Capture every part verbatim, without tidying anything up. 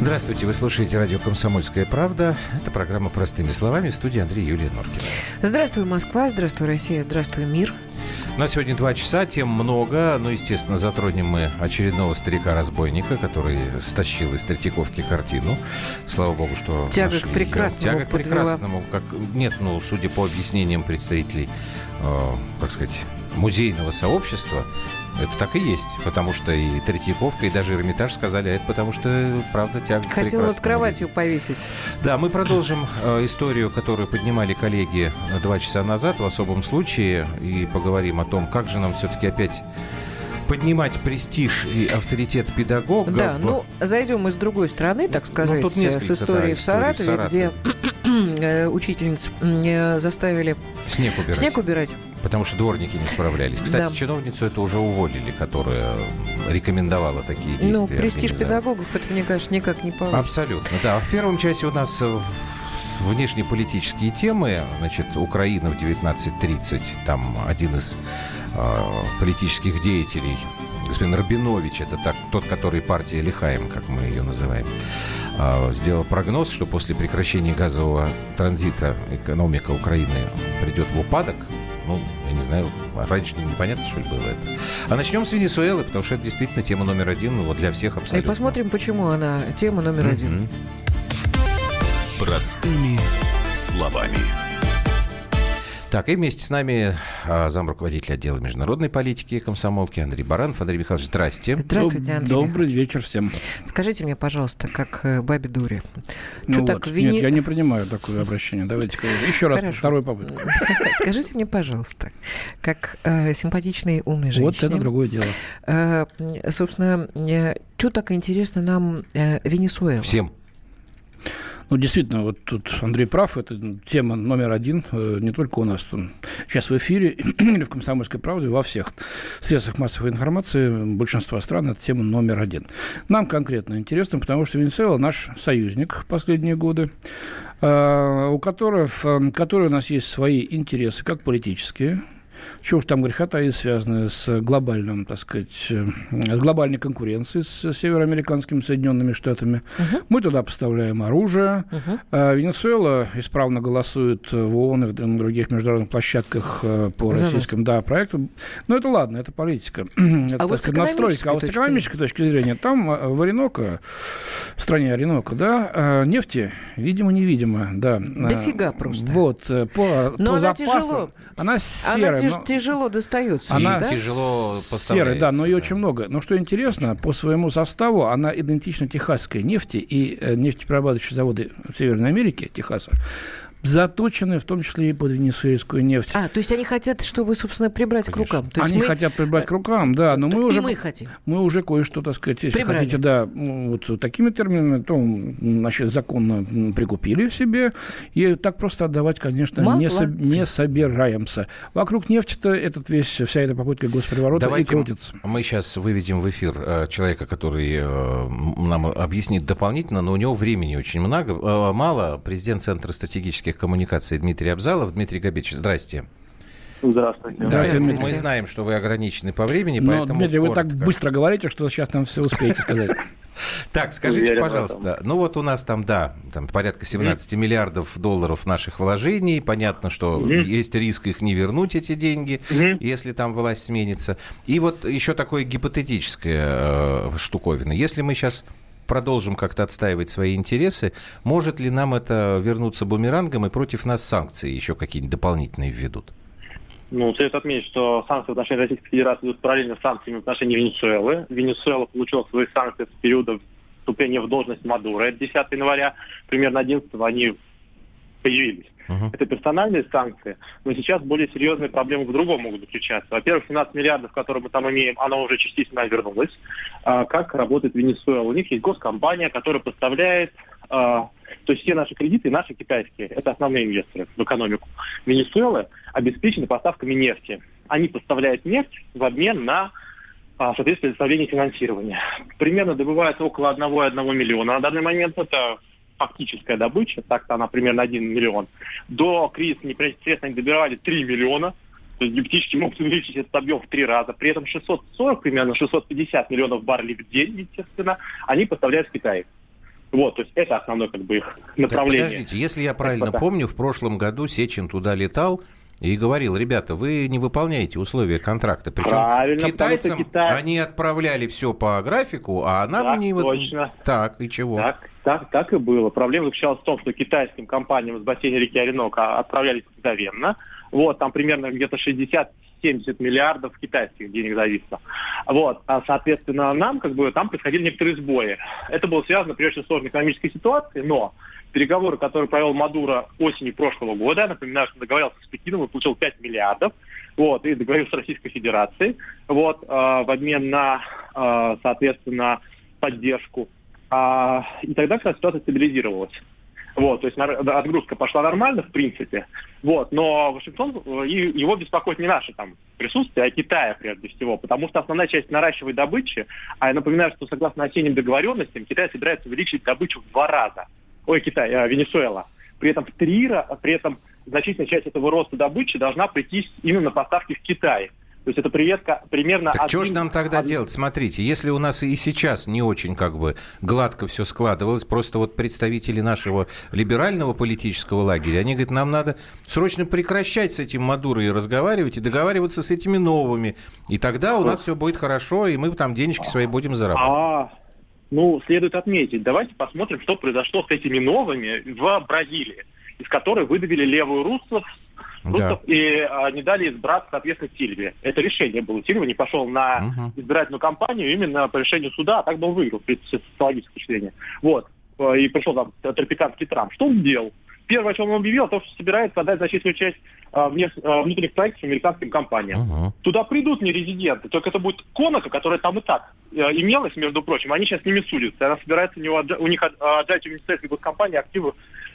Здравствуйте, вы слушаете радио «Комсомольская правда». Это программа «Простыми словами», в студии Андрей и Юлия Норкина. Здравствуй, Москва, здравствуй, Россия, здравствуй, мир. У нас сегодня два часа, тем много. Ну, естественно, затронем мы очередного старика-разбойника, который стащил из Третьяковки картину. Слава богу, что Тяга нашли к прекрасному. Тяга к прекрасному. Как, нет, ну, судя по объяснениям представителей, э, как сказать, музейного сообщества, это так и есть, потому что и Третьяковка, и даже Эрмитаж сказали, а это потому что, правда, тяга к прекрасному. Хотел над кроватью повесить. Да, мы продолжим э, историю, которую поднимали коллеги два часа назад в особом случае, и поговорим о том, как же нам все-таки опять поднимать престиж и авторитет педагога. Да, в... ну, зайдем мы с другой стороны, так сказать, ну, с историей да, в Саратове, в Саратове. где учительниц заставили снег убирать. снег убирать. Потому что дворники не справлялись. Кстати, да. чиновницу это уже уволили, которая рекомендовала такие действия. Ну, престиж педагогов, это, мне кажется, никак не получится. Абсолютно, да. В первом часе у нас внешнеполитические темы. Значит, Украина в девятнадцать тридцать. Там один из э, политических деятелей, господин Рабинович, это так, тот, который партия Лихаем, как мы ее называем, э, сделал прогноз, что после прекращения газового транзита экономика Украины придет в упадок. Ну, я не знаю, раньше непонятно, что ли, было это. А начнем с Венесуэлы, потому что это действительно тема номер один, ну, вот для всех абсолютно. И посмотрим, почему она тема номер mm-hmm. один. Простыми словами. Так, и вместе с нами а, замруководитель отдела международной политики комсомолки Андрей Баранов. Андрей Михайлович, здрасте. Здравствуйте, Андрей. Добрый вечер всем. Скажите мне, пожалуйста, как э, бабе дуре. Ну вот, так, вини... Нет, я не принимаю такое обращение. Давайте еще раз, второй попытку. Скажите мне, пожалуйста, как э, симпатичной умной женщине. Вот это другое дело. Э, собственно, э, что так интересно нам э, Венесуэла? Всем. Ну, действительно, вот тут Андрей прав, это тема номер один, не только у нас, сейчас в эфире или в «Комсомольской правде», во всех средствах массовой информации большинства стран это тема номер один. Нам конкретно интересно, потому что Венесуэла наш союзник в последние годы, у которых, которые у нас есть свои интересы, как политические, чего уж там греха таить, связанные с глобальным, так сказать, с глобальной конкуренцией с североамериканскими Соединенными Штатами. Uh-huh. Мы туда поставляем оружие. Uh-huh. А Венесуэла исправно голосует в ООН и на других международных площадках по За российским да, проектам. Но это ладно, это политика. А это, вот сказать, настройка. А вот с экономической точки зрения, там в Ореноко, в стране Ореноко, да, нефти, видимо-невидимо, да. Дофига просто. Вот, по, Но по она запасам. Тяжело. Она серая. Она тяжело достается. Она да? тяжело поставляется. Серая, да, но ее да. очень много. Но что интересно, по своему составу она идентична техасской нефти, и э, нефтеперерабатывающие заводы в Северной Америке, Техаса, заточены в том числе и под венесуэльскую нефть. А, то есть они хотят, чтобы, собственно, прибрать Конечно. к рукам. То есть они мы... хотят прибрать к рукам, да, но мы уже, мы хотим. Мы уже кое-что, так сказать, если Прибрали. хотите, да, вот такими терминами, то, значит, законно прикупили себе, и так просто отдавать, конечно, не, со, не собираемся. Вокруг нефти-то этот весь, вся эта попытка госпереворота Давайте и крутится. Мы сейчас выведем в эфир э, человека, который э, нам объяснит дополнительно, но у него времени очень много, э, мало. Президент Центра стратегических коммуникаций Дмитрий Абзалов. Дмитрий Габич, здрасте. Здравствуйте. Здравствуйте. Здравствуйте. Мы знаем, что вы ограничены по времени, но, поэтому Дмитрий, коротко. Вы так быстро говорите, что сейчас нам все успеете сказать. Так, скажите, пожалуйста, ну вот у нас там, да, там порядка семнадцать миллиардов долларов наших вложений. Понятно, что mm-hmm. есть риск их не вернуть, эти деньги, mm-hmm. если там власть сменится. И вот еще такое гипотетическое э, штуковина. Если мы сейчас продолжим как-то отстаивать свои интересы, может ли нам это вернуться бумерангом и против нас санкции еще какие-нибудь дополнительные введут? Ну, следует отметить, что санкции в отношении Российской Федерации идут параллельно с санкциями в отношении Венесуэлы. Венесуэла получила свои санкции с периода вступления в должность Мадуро. Это десятого января, примерно одиннадцатого они появились. Uh-huh. Это персональные санкции, но сейчас более серьезные проблемы в другом могут заключаться. Во-первых, семнадцать миллиардов, которые мы там имеем, она уже частично вернулась. А как работает Венесуэла? У них есть госкомпания, которая поставляет... А, то есть все наши кредиты, наши китайские, это основные инвесторы в экономику Венесуэлы, обеспечены поставками нефти. Они поставляют нефть в обмен на, соответственно, предоставление финансирования. Примерно добывается около одного и одного миллиона на данный момент. Это фактическая добыча, так-то она примерно один миллион. До кризиса непосредственно они добирали три миллиона. То есть гипотетически могут увеличить этот объем в три раза. При этом шестьсот сорок, примерно шестьсот пятьдесят миллионов баррелей в день, естественно, они поставляют в Китай. Вот, то есть это основное как бы их направление. Так, подождите, если я правильно помню, в прошлом году Сечин туда летал и говорил: ребята, вы не выполняете условия контракта. Причем правильно, китайцам Китай... они отправляли все по графику, а нам так, не... Точно. Так, и чего? Так, так, так и было. Проблема заключалась в том, что китайским компаниям с бассейна реки Оренока отправлялись мгновенно. Вот, там примерно где-то шестьдесят-семьдесят миллиардов китайских денег зависло. Вот, а, соответственно, нам, как бы, там происходили некоторые сбои. Это было связано, прежде всего, с сложной экономической ситуацией, но переговоры, которые провел Мадуро осенью прошлого года, я напоминаю, что договорился с Пекином и получил пять миллиардов, вот, и договорился с Российской Федерацией, вот, э, в обмен на, э, соответственно, поддержку. А, и тогда, кстати, ситуация стабилизировалась. Вот, то есть отгрузка пошла нормально, в принципе. Вот, но Вашингтон, его беспокоит не наше там присутствие, а Китая прежде всего, потому что основная часть наращивает добычи, а я напоминаю, что согласно осенним договоренностям Китай собирается увеличить добычу в два раза. Ой, Китай, э, Венесуэла. При этом в три раза, при этом значительная часть этого роста добычи должна прийти именно на поставки в Китай. То есть это приветка, примерно... Так один, что же нам тогда один... делать? Смотрите, если у нас и сейчас не очень как бы гладко все складывалось, просто вот представители нашего либерального политического лагеря, они говорят, нам надо срочно прекращать с этим Мадуро и разговаривать, и договариваться с этими новыми. И тогда у нас все будет хорошо, и мы там денежки свои будем зарабатывать. А, ну, следует отметить. Давайте посмотрим, что произошло с этими новыми в Бразилии, из которой выдавили левую руссов, Да. и а, не дали избраться, соответственно, Сильве. Это решение было. Сильве не пошел на угу. избирательную кампанию именно по решению суда, а так бы он выиграл при социологическом впечатлении. Вот. И пришел там тропиканский Трамп. Что он делал? Первое, о чем он объявил, то, что собирается отдать значительную часть а, внутренних проектов американским компаниям. Угу. Туда придут не резиденты, только это будет Конока, которая там и так а, имелась, между прочим. Они сейчас с ними судятся. Она собирается у, него отда- у них отдать у венесуэльской госкомпании активы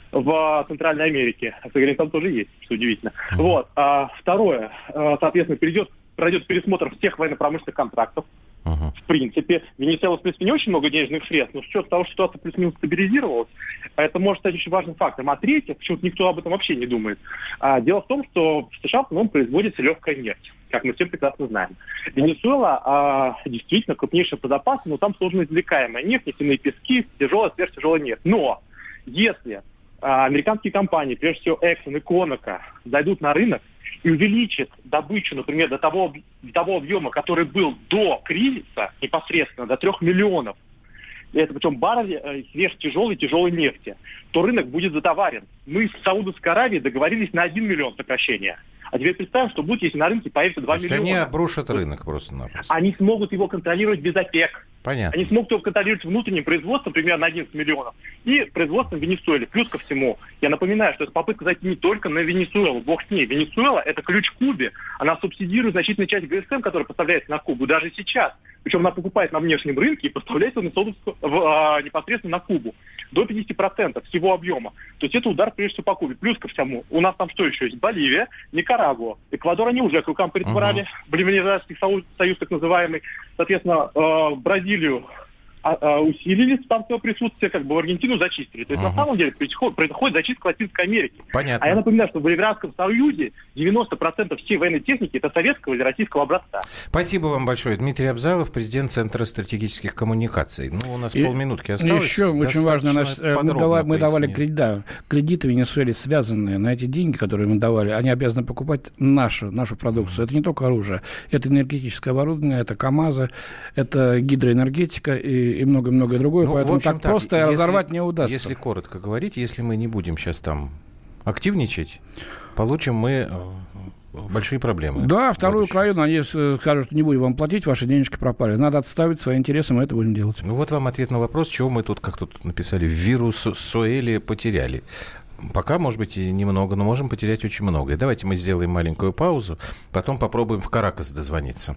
в Центральной Америке. Говорит, там тоже есть, что удивительно. Mm-hmm. Вот. А, второе, а, соответственно, придет, пройдет пересмотр всех военно-промышленных контрактов. Uh-huh. В принципе, Венесуэла, в принципе, не очень много денежных средств, но с учетом того, что ситуация плюс-минус стабилизировалась, это может стать очень важным фактором. А третье, почему-то никто об этом вообще не думает. А, дело в том, что в США в основном производится легкая нефть, как мы все прекрасно знаем. Венесуэла а, действительно крупнейший по запасу, но там сложно извлекаемая нефть, нефтяные пески, тяжелая, сверхтяжелая нефть. Но если а, американские компании, прежде всего Exxon и Conoco, зайдут на рынок и увеличат добычу, например, до того, до того объема, который был до кризиса, непосредственно до трех миллионов, и это причем баррели э, сверхтяжелой тяжелой нефти, то рынок будет затоварен. Мы с Саудовской Аравией договорились на один миллион сокращения. А теперь представим, что будет, если на рынке появится два миллиона. Они обрушат рынок просто-напросто. Они смогут его контролировать без ОПЕК. Понятно. Они смогут его контролировать внутренним производством, примерно одиннадцать миллионов, и производством в Венесуэле. Плюс ко всему, я напоминаю, что это попытка зайти не только на Венесуэлу, бог с ней. Венесуэла – это ключ к Кубе. Она субсидирует значительную часть ГСМ, которая поставляется на Кубу, даже сейчас. Причем она покупает на внешнем рынке и поставляет его в, а, непосредственно на Кубу. До пятьдесят процентов всего объема. То есть это удар прежде всего по Кубе. Плюс ко всему, у нас там что еще есть? Боливия, Никарагуа, Эквадор они уже к рукам притворали. Uh-huh. Боливарский союз, союз так называемый. Соответственно, э, Бразилию а, а, усилили там свое присутствие, как бы в Аргентину зачистили. То есть uh-huh. на самом деле происходит, происходит зачистка Латинской Америки. Понятно. А я напоминаю, что в Боливарском союзе девяносто процентов всей военной техники это советского или российского образца. Спасибо вам большое. Дмитрий Абзалов, президент Центра стратегических коммуникаций. Ну, у нас и, полминутки осталось. Еще очень важно, наш, мы, давали, мы давали кредит, да, кредиты Венесуэле, связанные на эти деньги, которые мы давали, они обязаны покупать нашу, нашу продукцию. Mm-hmm. Это не только оружие, это энергетическое оборудование, это КАМАЗы, это гидроэнергетика и и много-много другое, ну, поэтому общем, так, так просто если, разорвать не удастся. Если коротко говорить, если мы не будем сейчас там активничать, получим мы большие проблемы. Да, вторую Украину, они скажут, что не будем вам платить, ваши денежки пропали. Надо отставить свои интересы, мы это будем делать. Ну вот вам ответ на вопрос, чего мы тут, как тут написали, вирус Соэли потеряли. Пока, может быть, и немного, но можем потерять очень многое. Давайте мы сделаем маленькую паузу, потом попробуем в Каракас дозвониться.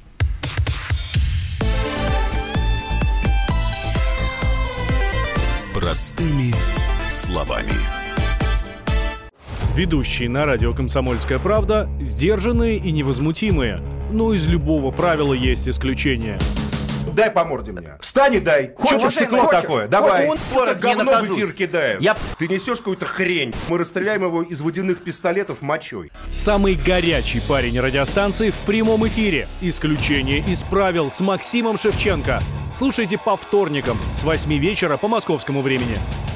Простыми словами. Ведущие на радио «Комсомольская правда» сдержанные и невозмутимые. Но из любого правила есть исключение. дай по морде мне. Встань и дай. Хочешь стекло такое? Давай. Что ты говно в эфир кидаешь? Я... Ты несешь какую-то хрень. Мы расстреляем его из водяных пистолетов мочой. Самый горячий парень радиостанции в прямом эфире. Исключение из правил с Максимом Шевченко. Слушайте по вторникам с восьми вечера по московскому времени.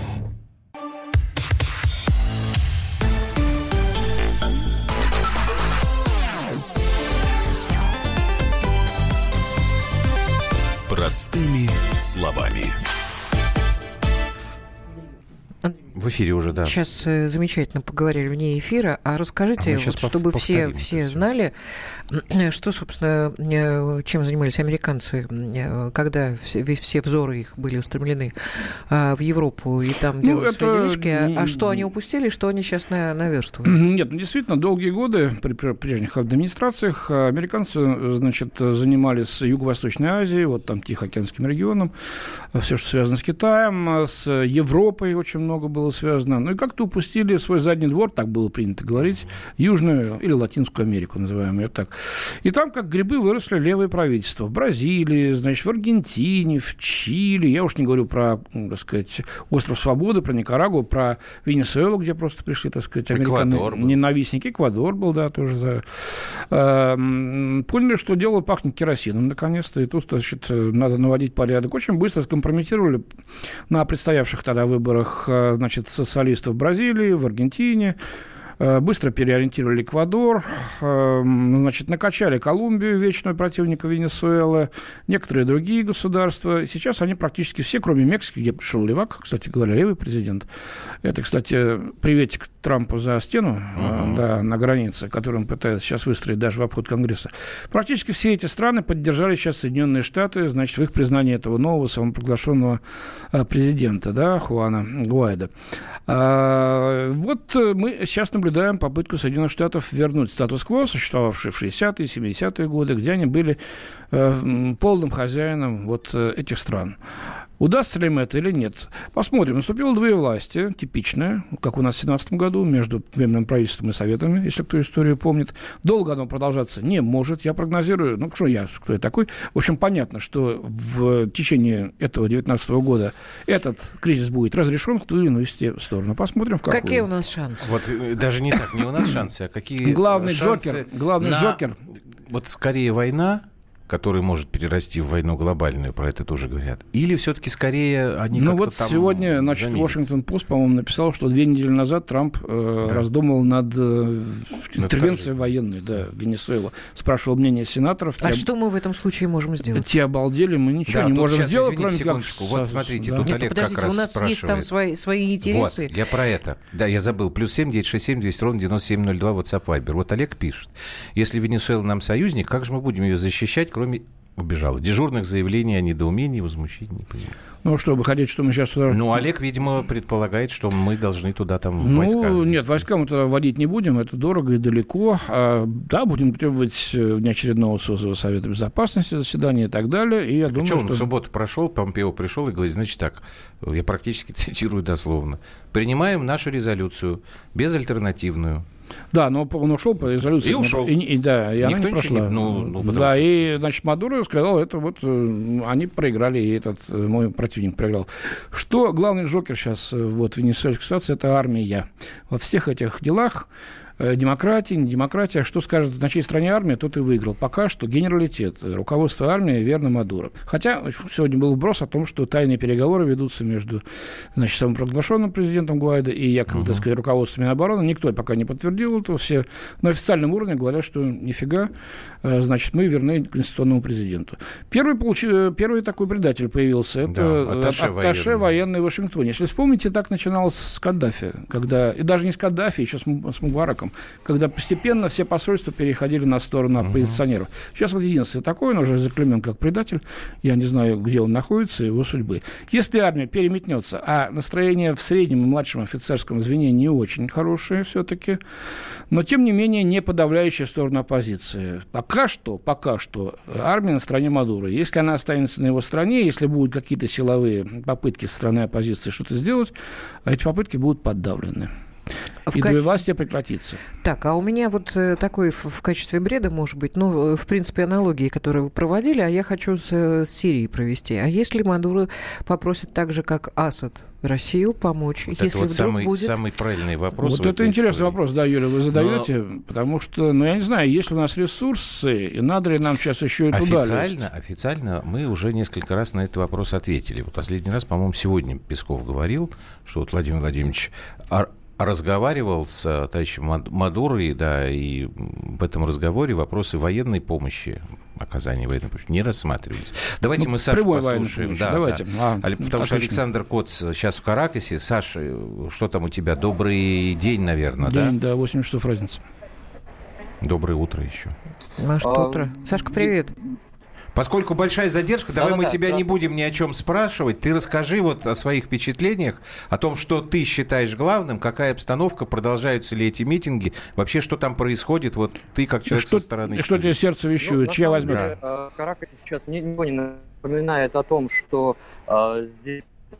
Простыми словами. В эфире уже, да. Сейчас э, замечательно поговорили вне эфира. А расскажите, а вот, чтобы все, все знали, что, собственно, э, чем занимались американцы, э, когда все, все взоры их были устремлены э, в Европу и там делали ну, свои делишки. А, а что они упустили, что они сейчас на, наверстывают? Нет, ну, действительно, долгие годы при прежних администрациях американцы, значит, занимались Юго-Восточной Азией, вот там Тихоокеанским регионом, все, что связано с Китаем, с Европой очень много было связано. Ну и как-то упустили свой задний двор, так было принято говорить, Южную или Латинскую Америку, называем ее так. И там, как грибы, выросли левые правительства. В Бразилии, значит, в Аргентине, в Чили. Я уж не говорю про, так сказать, Остров Свободы, про Никарагуа, про Венесуэлу, где просто пришли, так сказать, американцы-ненавистники. Эквадор был, да, тоже за... Поняли, что дело пахнет керосином, наконец-то, и тут, значит, надо наводить порядок. Очень быстро скомпрометировали на предстоявших тогда выборах, значит, социалистов в Бразилии, в Аргентине, быстро переориентировали Эквадор, значит, накачали Колумбию, вечного противника Венесуэлы, некоторые другие государства. Сейчас они практически все, кроме Мексики, где пришел левак, кстати говоря, левый президент. Это, кстати, приветик Трампу за стену, uh-huh. да, на границе, которую он пытается сейчас выстроить даже в обход Конгресса. Практически все эти страны поддержали сейчас Соединенные Штаты, значит, в их признании этого нового самоприглашенного президента, да, Хуана Гуайдо. А, вот мы сейчас наблюдаем попытку Соединенных Штатов вернуть статус-кво, существовавший в шестидесятые, семидесятые годы, где они были э, полным хозяином вот э, этих стран. Удастся ли им это или нет? Посмотрим. Наступило двоевластие, типичное, как у нас в семнадцатом году, между Временным правительством и Советами, если кто историю помнит. Долго оно продолжаться не может. Я прогнозирую, ну, что я, кто я такой. В общем, понятно, что в течение этого девятнадцатого года этот кризис будет разрешен в ту или иную сторону. Посмотрим, в какую. Какие у нас шансы? Вот даже не так, не у нас шансы, а какие главный шансы Джокер, главный на... Джокер. Вот скорее война, который может перерасти в войну глобальную, про это тоже говорят. Или все-таки скорее они ну как-то вот там сегодня, значит, замерятся. Вашингтон-Пост, по-моему, написал, что две недели назад Трамп э, да. раздумывал над э, интервенцией военной, да, в Венесуэлу. Спрашивал мнение сенаторов. А те, что мы в этом случае можем сделать? Те обалдели, мы ничего да, не можем сейчас, сделать, извините, кроме секундочку. как... Вот смотрите, да. тут Нет, Олег подождите, как раз у нас спрашивает. есть там свои, свои интересы. Вот, я про это. Да, я забыл. Плюс семь девятьсот шестьдесят семь двести ровно девяносто семь ноль два WhatsApp Viber. Вот Олег пишет. Если Венесуэла нам союзник, как же мы будем ее защищать, кроме... Убежала. Дежурных заявлений о недоумении, возмущении, не понимаю. Ну, что, вы хотите, что мы сейчас туда... Ну, Олег, видимо, предполагает, что мы должны туда там ну, войска... Ну, нет, вести. войска мы туда вводить не будем, это дорого и далеко. А, да, будем требовать внеочередного созыва Совета Безопасности, заседания и так далее. И я так думаю, что что... он в субботу прошел, Помпео пришел и говорит, значит так, я практически цитирую дословно, принимаем нашу резолюцию безальтернативную. Да, но он ушел по резолюции. И ушел. И, и, да, и она не прошла. Не, ну, ну, да, что... и, значит, Мадуро сказал, это вот они проиграли, и этот мой противник проиграл. Что главный Джокер сейчас вот, в венесуэльской ситуации, это армия. Во всех этих делах демократия, не демократия, что скажет, на чьей стране армия, тот и выиграл. Пока что генералитет, руководство армии верно Мадуро. Хотя сегодня был вброс о том, что тайные переговоры ведутся между, значит, самопровозглашенным президентом Гуайдо и якобы, uh-huh. так сказать, руководством Минобороны. Никто пока не подтвердил этого. Все на официальном уровне говорят, что нифига, значит, мы верны конституционному президенту. Первый, получ... Первый такой предатель появился. Это да, атташе, атташе военный в Вашингтоне. Если вспомните, так начиналось с Каддафи, когда, и даже не с Каддафи, еще с Мубараком, когда постепенно все посольства переходили на сторону оппозиционеров. Uh-huh. Сейчас вот единственное такое, он уже заклеймен как предатель. Я не знаю, где он находится, его судьбы. Если армия переметнется, а настроение в среднем и младшем офицерском звене не очень хорошее все-таки, но, тем не менее, не подавляющая сторону оппозиции. Пока что, пока что армия на стороне Мадуро. Если она останется на его стороне, если будут какие-то силовые попытки со стороны оппозиции что-то сделать, эти попытки будут подавлены. и качестве... двоевластие прекратится. Так, а у меня вот такой в, в качестве бреда, может быть, ну, в принципе, аналогии, которые вы проводили, а я хочу с, с Сирией провести. А если Мадуро попросит так же, как Асад, Россию помочь, вот если это вот вдруг самый, будет... самый правильный вопрос. Вот это интересный истории. вопрос, да, Юля, вы задаете, Но... потому что, ну, я не знаю, есть ли у нас ресурсы, и надо ли нам сейчас еще и туда официально, лезть? Официально мы уже несколько раз на этот вопрос ответили. Вот последний раз, по-моему, сегодня Песков говорил, что вот Владимир Владимирович разговаривал с товарищем Мадурой, да, и в этом разговоре вопросы военной помощи, оказания военной помощи не рассматривались. Давайте ну, мы Сашу послушаем. Да, Давайте. Да. А, потому отлично. Что Александр Коц сейчас в Каракасе. Саша, что там у тебя? Добрый день, наверное, день, да? да, восемь часов разница. Доброе утро еще. Может, а, утро. Сашка, привет. Поскольку большая задержка, давай да, мы да, тебя да. не будем ни о чем спрашивать. Ты расскажи вот о своих впечатлениях, о том, что ты считаешь главным, какая обстановка, продолжаются ли эти митинги, вообще что там происходит, вот ты как человек что, со стороны. Что тебе сердце вещует, ну, чья возьмет? Да. В Каракасе сейчас никто не напоминает о том, что э, здесь...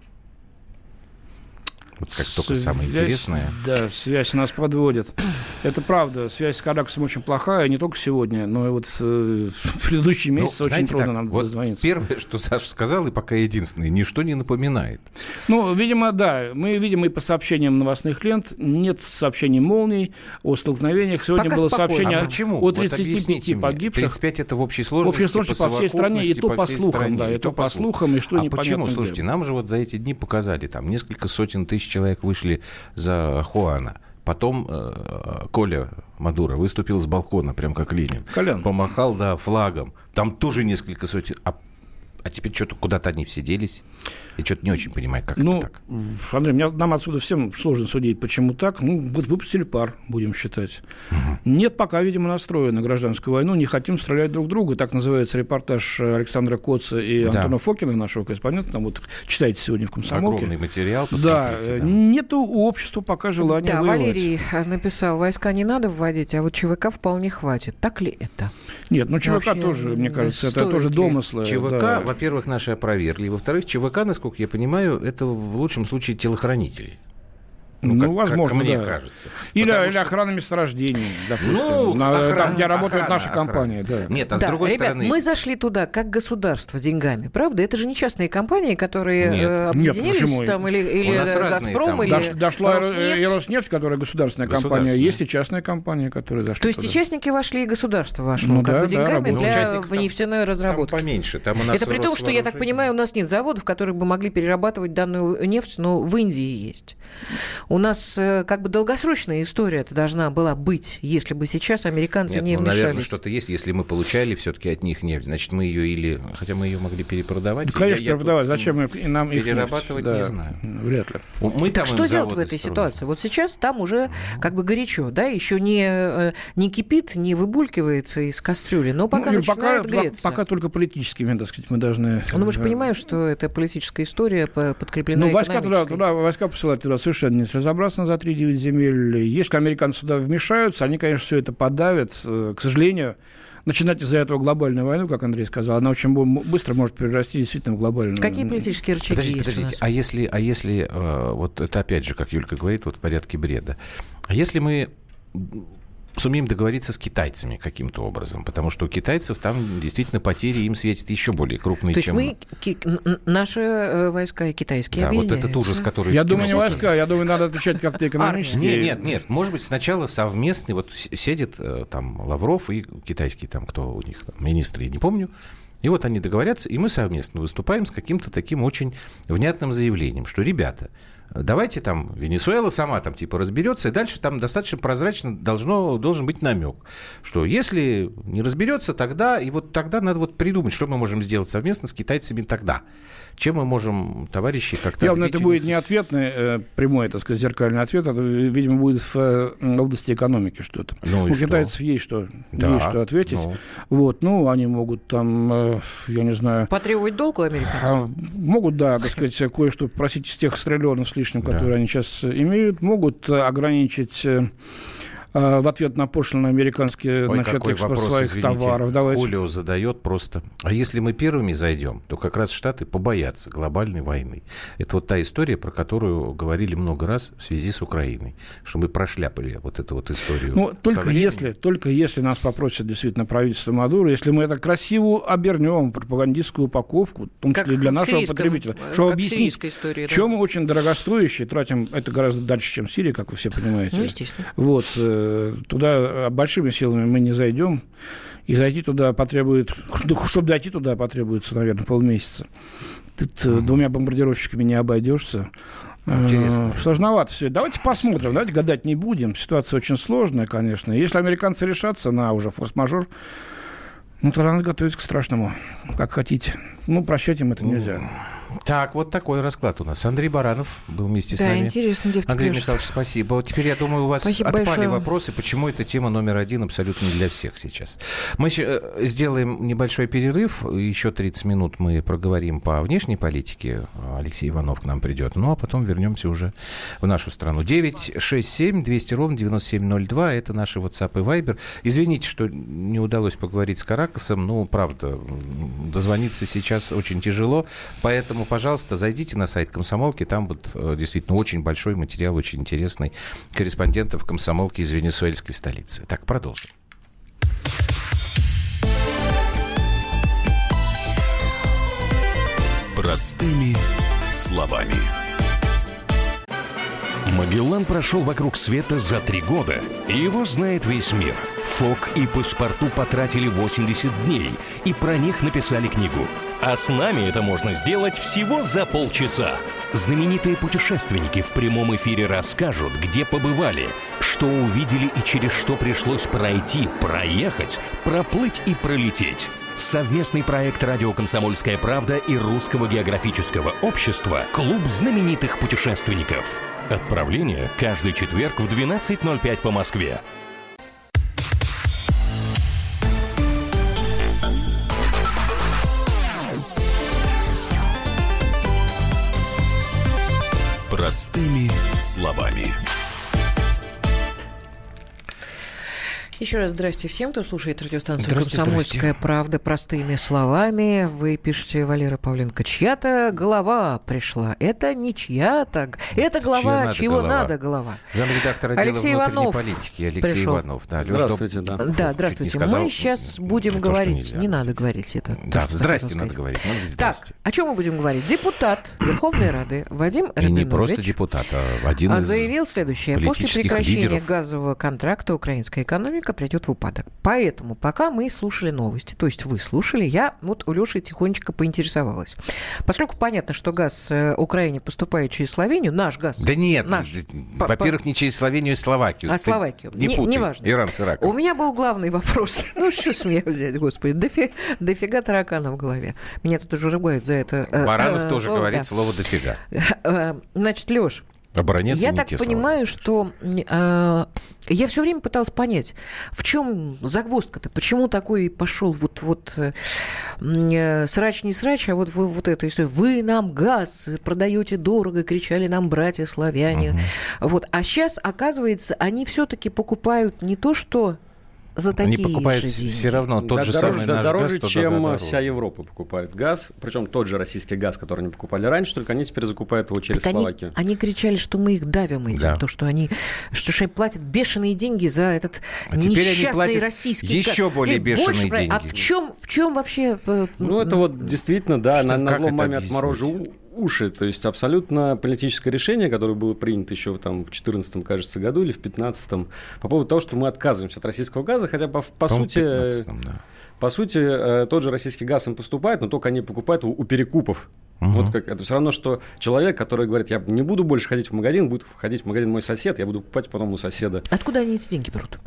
Вот как только связь, самое интересное. Да, связь нас подводит. Это правда, связь с Каракасом очень плохая, не только сегодня, но и вот э, в предыдущий месяц ну, очень знаете, трудно так, нам вот дозвониться. Первое, что Саша сказал, и пока единственное, ничто не напоминает. Ну, видимо, да. Мы видим и по сообщениям новостных лент, нет сообщений молний о столкновениях. Сегодня пока было спокойно. Сообщение а почему? О тридцати пяти вот погибших. тридцать пять это в общей сложности, в общей сложности по, по всей стране, и то по, по слухам, стране, да, и то по, по слухам, и что а непонятно. Почему? Слушайте, нам же вот за эти дни показали, там несколько сотен тысяч человек вышли за Хуана. Потом э, Коля Мадуро выступил с балкона, прям как Ленин. Колян. Помахал, да, флагом. Там тоже несколько сотен. А, а теперь что-то куда-то они все делись. Я что-то не очень понимаю, как ну, это так. Андрей, мне, нам отсюда всем сложно судить, почему так. Ну, вот выпустили пар, будем считать. Угу. Нет пока, видимо, настроя на гражданскую войну. Не хотим стрелять друг друга. Так называется репортаж Александра Коца и да. Антона Фокина, нашего корреспондента. Там вот читайте сегодня в «Комсомолке». Огромный материал. Да, да, нету у общества пока желания да, воевать. Валерий написал, войска не надо вводить, а вот ЧВК вполне хватит. Так ли это? Нет, ну ЧВК Вообще, тоже, мне кажется, это тоже домыслы. ЧВК, да. во-первых, наши опровергли. Во-вторых, ЧВК, насколько я понимаю, это в лучшем случае телохранители. Ну, ну как, возможно, как мне да. кажется. Или, или что... охрана месторождений, допустим, ну, на, охрана, там, где работает охрана, наша охрана. компания. Да. Нет, а с да, другой ребят, стороны... мы зашли туда как государство деньгами, правда? Это же не частные компании, которые нет. э, объединились Нет, там, или, или «Газпром», там... или Дош, Дошла Роснефть. и Роснефть, которая государственная компания, есть и частная компания, которая зашла То есть туда. и частники вошли, и государство вошло, ну, как да, бы деньгами да, для в нефтяной там, разработки. Там поменьше. Там у нас это при том, что, я так понимаю, у нас нет заводов, которые бы могли перерабатывать данную нефть, но в Индии есть. У нас как бы долгосрочная история это должна была быть, если бы сейчас американцы Нет, не ну, вмешались. наверное, что-то есть. Если мы получали все-таки от них нефть, значит, мы ее или... Хотя мы ее могли перепродавать. Ну, конечно, я, перепродавать. Я Зачем нам их перерабатывать нефть? не Да, знаю. Вряд ли. Мы так что делать в этой строим. ситуации? Вот сейчас там уже как бы горячо, да, еще не, не кипит, не выбулькивается из кастрюли, но пока ну, начинает пока, греться. Пока только политическими, так сказать, мы должны... Ну, мы же понимаем, что это политическая история, подкреплена ну, войска туда, туда, войска посылать туда совершенно нецелесообразно за три-девять земель. Если американцы туда вмешаются, они, конечно, все это подавят. К сожалению, начинать из-за этого глобальную войну, как Андрей сказал, она очень быстро может перерасти действительно в глобальную. Какие политические рычаги подождите, есть подождите. А если, а если вот это опять же, как Юлька говорит, вот в порядке бреда, а если мы сумеем договориться с китайцами каким-то образом, потому что у китайцев там действительно потери им светят еще более крупные, То чем... есть мы, ки- наши войска и китайские да, объединяются. вот этот ужас, который... Я думаю, не войска, я думаю, надо отвечать как-то экономически. Нет, нет, нет, может быть, сначала совместный, вот сидит там Лавров и китайский там, кто у них, там, министры, я не помню, и вот они договорятся, и мы совместно выступаем с каким-то таким очень внятным заявлением, что, ребята, давайте там Венесуэла сама там типа разберется, и дальше там достаточно прозрачно должно, должен быть намек, что если не разберется, тогда, и вот тогда надо вот придумать, что мы можем сделать совместно с китайцами тогда. Чем мы можем, товарищи, как-то... Явно это будет не ответный, э, прямой, так сказать, зеркальный ответ, это, видимо, будет в э, области экономики что-то. Ну, у что? китайцев есть что, да, есть что ответить. Ну. Вот, ну, они могут там, э, я не знаю... Потребовать долг у американцев? А, могут, да, так сказать, кое-что попросить из тех триллионов с лишним, которые да. они сейчас имеют. Могут ограничить... в ответ на пошлины американские Ой, насчет экспорта вопрос, своих извините, товаров. Давайте. Хулио задает просто. А если мы первыми зайдем, то как раз Штаты побоятся глобальной войны. Это вот та история, про которую говорили много раз в связи с Украиной, что мы прошляпали вот эту вот историю. Ну, только если, только если нас попросят действительно правительство Мадуро, если мы это красиво обернем, пропагандистскую упаковку, в том числе для нашего потребителя, чтобы объяснить, истории, да. чем мы очень дорогостоящие, тратим это гораздо дальше, чем Сирия, как вы все понимаете. Ну, естественно. Вот, туда большими силами мы не зайдем, и зайти туда потребует, чтобы дойти туда потребуется, наверное, полмесяца. Тут mm-hmm. двумя бомбардировщиками не обойдешься. Интересно. Сложновато все. Давайте посмотрим, давайте гадать не будем. Ситуация очень сложная, конечно. Если американцы решатся на уже форс-мажор, ну, тогда надо готовиться к страшному, как хотите. Ну, прощать им это нельзя. Так, вот такой расклад у нас. Андрей Баранов был вместе да, с нами. Да, интересно, девки Андрей пишут. Михайлович, спасибо. Вот теперь, я думаю, у вас спасибо отпали большое. вопросы, почему эта тема номер один абсолютно не для всех сейчас. Мы сделаем небольшой перерыв. Еще тридцать минут мы проговорим по внешней политике. Алексей Иванов к нам придет. Ну, а потом вернемся уже в нашу страну. девять шесть семь двести ровно девяносто семь ноль два. Это наши WhatsApp и Viber. Извините, что не удалось поговорить с Каракасом. Ну, правда, дозвониться сейчас очень тяжело. Поэтому, пожалуйста, зайдите на сайт «Комсомолки», там вот действительно очень большой материал, очень интересный, корреспондентов «Комсомолки» из венесуэльской столицы. Так, продолжим. Простыми словами. Магеллан прошел вокруг света за три года, и его знает весь мир. Фок и Паспарту потратили восемьдесят дней, и про них написали книгу. А с нами это можно сделать всего за полчаса. Знаменитые путешественники в прямом эфире расскажут, где побывали, что увидели и через что пришлось пройти, проехать, проплыть и пролететь. Совместный проект «Радио Комсомольская правда» и Русского географического общества «Клуб знаменитых путешественников». Отправление каждый четверг в двенадцать ноль пять по Москве. Простыми словами. Еще раз здрасте всем, кто слушает радиостанцию «Комсомольская правда» простыми словами. Вы пишете, Валера Павленко, чья-то голова пришла. Это не чья-то. Это голова, чего надо голова. Замредактор отдела Алексей внутренней Иванов политики. Алексей пришел. Иванов. Да, здравствуйте. Да, да здравствуйте. Мы сказал, сейчас будем то, говорить. Не надо говорить это. Да, то, здрасте надо говорить. Надо здрасте. Так, о чем мы будем говорить? Депутат Верховной Рады Вадим Рабинович. И не просто депутат, а один из заявил следующее. После прекращения лидеров. газового контракта украинская экономика придет в упадок. Поэтому, пока мы слушали новости, то есть вы слушали, я вот у Леши тихонечко поинтересовалась. Поскольку понятно, что газ Украине поступает через Словению, наш газ... Да нет, наш, во-первых, по... не через Словению, а Словакию. А Словакию. Не, не путай. Неважно. Иран с Ираком. У меня был главный вопрос. Ну, что с меня взять, господи. Дофи... Дофига таракана в голове. Меня тут уже ругают за это. Баранов тоже говорит слово «дофига». Значит, Леш, Обороняться я не так те понимаю, слова. что э, я все время пыталась понять, в чем загвоздка-то, почему такой пошел вот, вот э, срач не срач, а вот, вот, вот это история. Вы нам газ продаете дорого, кричали нам братья славяне. Uh-huh. Вот. А сейчас, оказывается, они все-таки покупают не то, что... За такие Они покупают же деньги. Все равно тот да, же дороже, самый да, наш дороже, газ, чем да, вся Европа покупает газ. Причем тот же российский газ, который они покупали раньше, только они теперь закупают его через так Словакию. Они, они кричали, что мы их давим этим, да. то, что они, что они платят бешеные деньги за этот а несчастный российский газ. Еще более бешеные больше, деньги. А в чем, в чем вообще... Ну, это вот действительно, да, что, на, на зло маме объяснить? отморожу уши. То есть абсолютно политическое решение, которое было принято еще там, в четырнадцатом, кажется, году или в пятнадцатом, по поводу того, что мы отказываемся от российского газа, хотя по, по сути... Да. По сути, тот же российский газ им поступает, но только они покупают его у перекупов. Угу. Вот как, это все равно, что человек, который говорит, я не буду больше ходить в магазин, будет ходить в магазин мой сосед, я буду покупать потом у соседа. Откуда они эти деньги берут?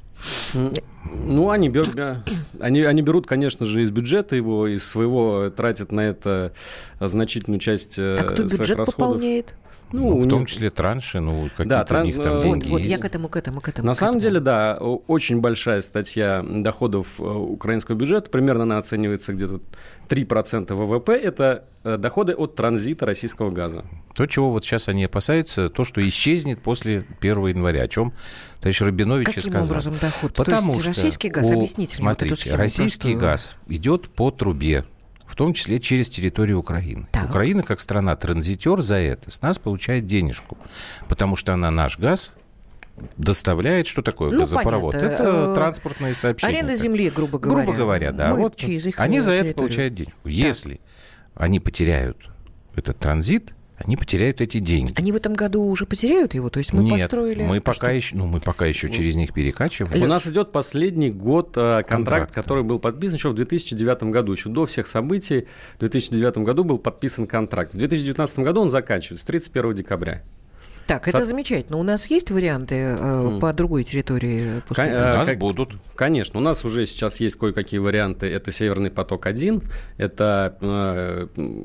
Ну, они берут, они, они берут, конечно же, из бюджета его, из своего, тратят на это значительную часть а своих расходов. А кто бюджет пополняет? Ну, ну, в том числе транши, ну, какие-то да, тран... у них там деньги вот, вот, есть. я к этому, к этому, к этому. На к самом этому. деле, да, очень большая статья доходов украинского бюджета, примерно она оценивается где-то три процента ВВП, это доходы от транзита российского газа. То, чего вот сейчас они опасаются, то, что исчезнет после первого января, о чем товарищ Рабинович Каким сказал. Каким образом доход? Потому то есть что российский газ, у... объясните Смотрите, мне вот эту схему российский просто... газ идет по трубе, в том числе через территорию Украины. Так. Украина, как страна-транзитер, за это с нас получает денежку, потому что она наш газ доставляет. Что такое ну, газопровод? Понятно. Это транспортные сообщения. Аренда земли, грубо говоря. Грубо говоря, да. Мы вот через их они за территорию. это получают денежку. Так. Если они потеряют этот транзит, они потеряют эти деньги. Они в этом году уже потеряют его? То есть мы Нет, построили... мы пока, еще, ну, мы пока еще через них перекачиваем. У нас идет последний год а, контракт, контракт, который был подписан еще в две тысячи девятом году. Еще до всех событий в две тысячи девятом году был подписан контракт. В две тысячи девятнадцатом году он заканчивается, тридцать первого декабря. Так, это Со... замечательно. У нас есть варианты э, mm. по другой территории пускай? У нас как... будут. Конечно. У нас уже сейчас есть кое-какие варианты. Это «Северный поток-один», это э,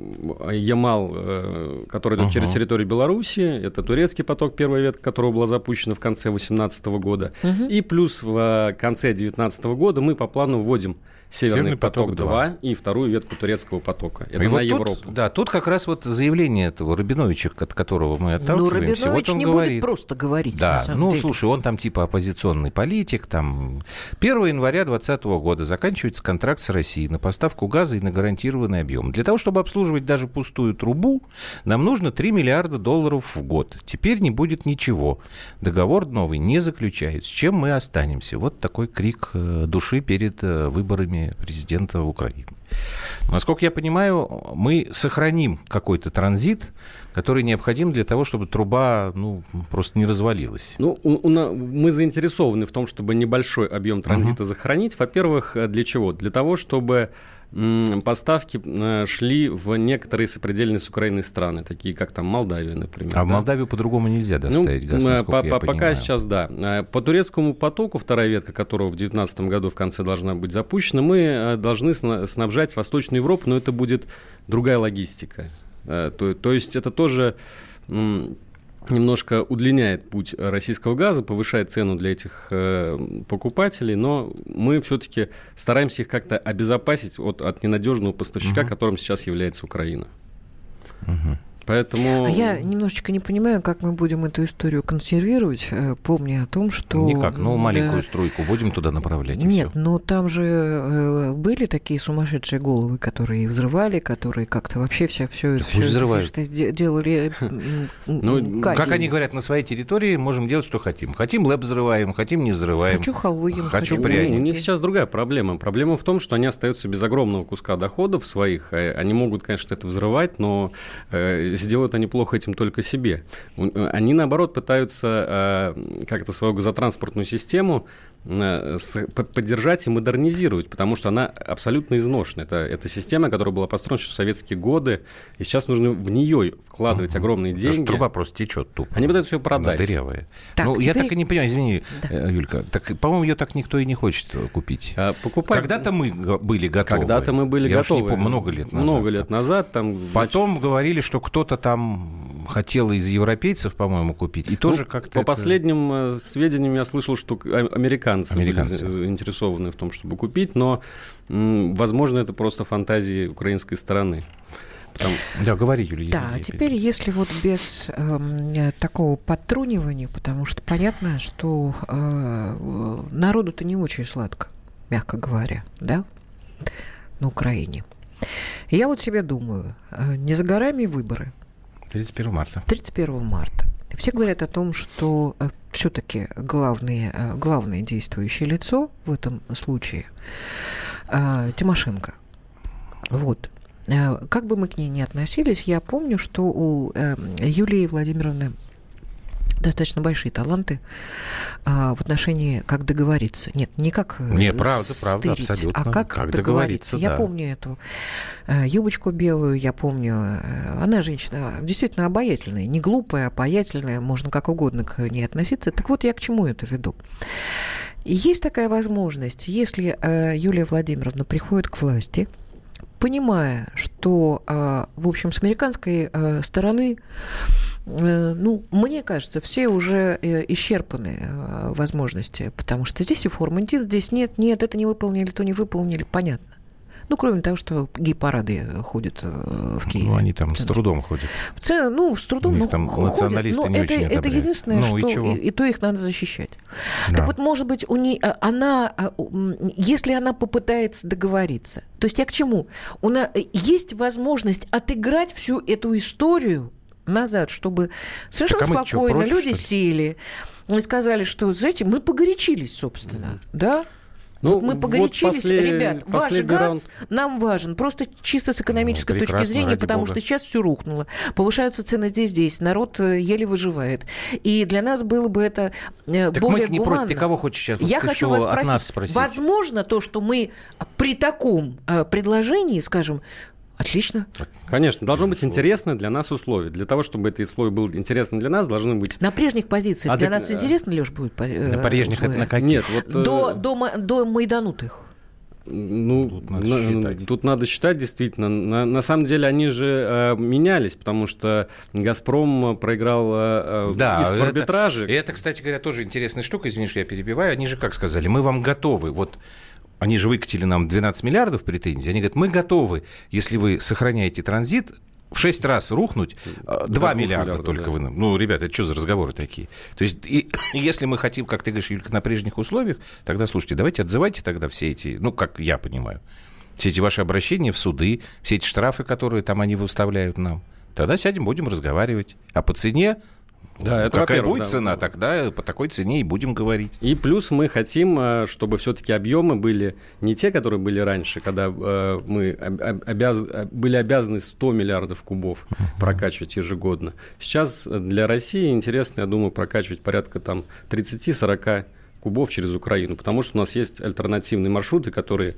Ямал, э, который идет uh-huh. через территорию Беларуси, это турецкий поток, первая ветка которого была запущена в конце две тысячи восемнадцатого года. Uh-huh. И плюс в конце две тысячи девятнадцатого года мы по плану вводим «Северный, Северный поток-два» и вторую ветку турецкого потока. Это и на вот Европу. Тут, да, тут как раз вот заявление этого Рабиновича, от которого мы отталкиваемся. Ну, Рабинович вот он не говорит, будет просто говорить, да, на самом ну, деле. слушай, он там типа оппозиционный политик. Там первого января двадцатого года заканчивается контракт с Россией на поставку газа и на гарантированный объем. Для того, чтобы обслуживать даже пустую трубу, нам нужно три миллиарда долларов в год. Теперь не будет ничего. Договор новый не заключают. С чем мы останемся? Вот такой крик души перед выборами президента Украины. Насколько я понимаю, мы сохраним какой-то транзит, который необходим для того, чтобы труба ну, просто не развалилась. Ну, у, у, мы заинтересованы в том, чтобы небольшой объем транзита uh-huh. сохранить. Во-первых, для чего? Для того, чтобы м, поставки м, шли в некоторые сопредельные с Украиной страны, такие как там Молдавия, например. А да? в Молдавию по-другому нельзя доставить ну, газ, насколько по, я по, понимаю. Пока сейчас, да. По турецкому потоку, вторая ветка которого в две тысячи девятнадцатом году в конце должна быть запущена, мы должны снабжать Восточную Европу, но это будет другая логистика. То, то есть это тоже м, немножко удлиняет путь российского газа, повышает цену для этих э, покупателей, но мы все-таки стараемся их как-то обезопасить от, от ненадежного поставщика, угу. которым сейчас является Украина. Угу. Поэтому... А я немножечко не понимаю, как мы будем эту историю консервировать, помня о том, что... Никак, ну, маленькую да... струйку будем туда направлять, и Нет, все. но там же э, были такие сумасшедшие головы, которые взрывали, которые как-то вообще все, все, все взрывают. делали... Ну, как они говорят, на своей территории можем делать, что хотим. Хотим лэп взрываем, хотим не взрываем. Хочу халву ем, хочу пряники. У них сейчас другая проблема. Проблема в том, что они остаются без огромного куска доходов своих. Они могут, конечно, это взрывать, но сделают они плохо этим только себе. Они, наоборот, пытаются э, как-то свою газотранспортную систему э, с, поддержать и модернизировать, потому что она абсолютно изношена. Это, это система, которая была построена еще в советские годы, и сейчас нужно в нее вкладывать угу. огромные деньги. Труба просто течет тупо. Они пытаются ее продать. Она дырявая. Так, ну, теперь... я так и не понимаю, извини, да. Юлька, так, по-моему, ее так никто и не хочет купить. А, покупать... Когда-то мы были готовы. Когда-то мы были я готовы. Не помню, много лет назад. Много лет назад. Там, Потом значит... говорили, что кто-то там хотел из европейцев, по-моему, купить. И ну, тоже как-то... По это... последним сведениям я слышал, что американцы, американцы были заинтересованы в том, чтобы купить, но, возможно, это просто фантазии украинской стороны. Там... Да, говори, Юлия. Да, извините, теперь, опять. Если вот без э, такого подтрунивания, потому что понятно, что э, народу-то не очень сладко, мягко говоря, да, на Украине. Я вот себе думаю, не за горами выборы. тридцать первого марта. тридцать первого марта. Все говорят о том, что все-таки главное, главное действующее лицо в этом случае Тимошенко. Вот. Как бы мы к ней ни относились, я помню, что у Юлии Владимировны достаточно большие таланты а, в отношении, как договориться. Нет, не как не, правда, стырить, правда, абсолютно. А как, как договориться. договориться я да. помню эту а, юбочку белую, я помню, а, она женщина действительно обаятельная, не глупая, обаятельная, можно как угодно к ней относиться. Так вот, я к чему это веду? Есть такая возможность, если а, Юлия Владимировна приходит к власти, понимая, что, а, в общем, с американской а, стороны ну, мне кажется, все уже исчерпаны возможности, потому что здесь реформы, здесь нет, нет, это не выполнили, то не выполнили, понятно. Ну, кроме того, что гей-парады ходят в Киеве. Ну, они там с трудом ходят. В целом, ну, с трудом, ну, там ходят, националисты не это, очень это единственное, ну, что... И, и, и то их надо защищать. Да. Так вот, может быть, у нее, она, если она попытается договориться, то есть я к чему? У нас есть возможность отыграть всю эту историю назад, чтобы совершенно так, спокойно а что, против, люди сели и сказали, что, знаете, мы погорячились, собственно, mm-hmm. да? Ну, мы погорячились, вот после, ребят, ваш газ раунд... нам важен, просто чисто с экономической ну, точки зрения, потому Бога. Что сейчас все рухнуло, повышаются цены здесь, здесь, народ еле выживает. И для нас было бы это так более не гуманно. Против, ты кого хочешь сейчас? Я ты хочу вас спросить, спросить, возможно то, что мы при таком предложении скажем... Отлично. Конечно, должно быть интересно для нас условие. Для того, чтобы это условие было интересно для нас, должны быть... На прежних позициях а для так... нас интересно, Леш, будет На прежних это на каких? Нет, вот... До, э... до, до майданутых. Ну, тут надо, на, считать. Тут надо считать, действительно. На, на самом деле они же э, менялись, потому что «Газпром» проиграл э, да, иск в арбитраже. Это, это, кстати говоря, тоже интересная штука. Извини, что я перебиваю. Они же как сказали, мы вам готовы. Вот они же выкатили нам двенадцать миллиардов претензий. Они говорят, мы готовы, если вы сохраняете транзит, в шесть раз рухнуть, два миллиарда только да. вы... Ну, ребята, это что за разговоры такие? То есть, и, если мы хотим, как ты говоришь, Юлька, на прежних условиях, тогда, слушайте, давайте отзывайте тогда все эти, ну, как я понимаю, все эти ваши обращения в суды, все эти штрафы, которые там они выставляют нам. Тогда сядем, будем разговаривать. А по цене... Да, это какая будет да. цена, тогда по такой цене и будем говорить. И плюс мы хотим, чтобы все-таки объемы были не те, которые были раньше, когда мы обяз... были обязаны сто миллиардов кубов uh-huh. прокачивать ежегодно. Сейчас для России интересно, я думаю, прокачивать порядка там тридцать-сорок кубов через Украину, потому что у нас есть альтернативные маршруты, которые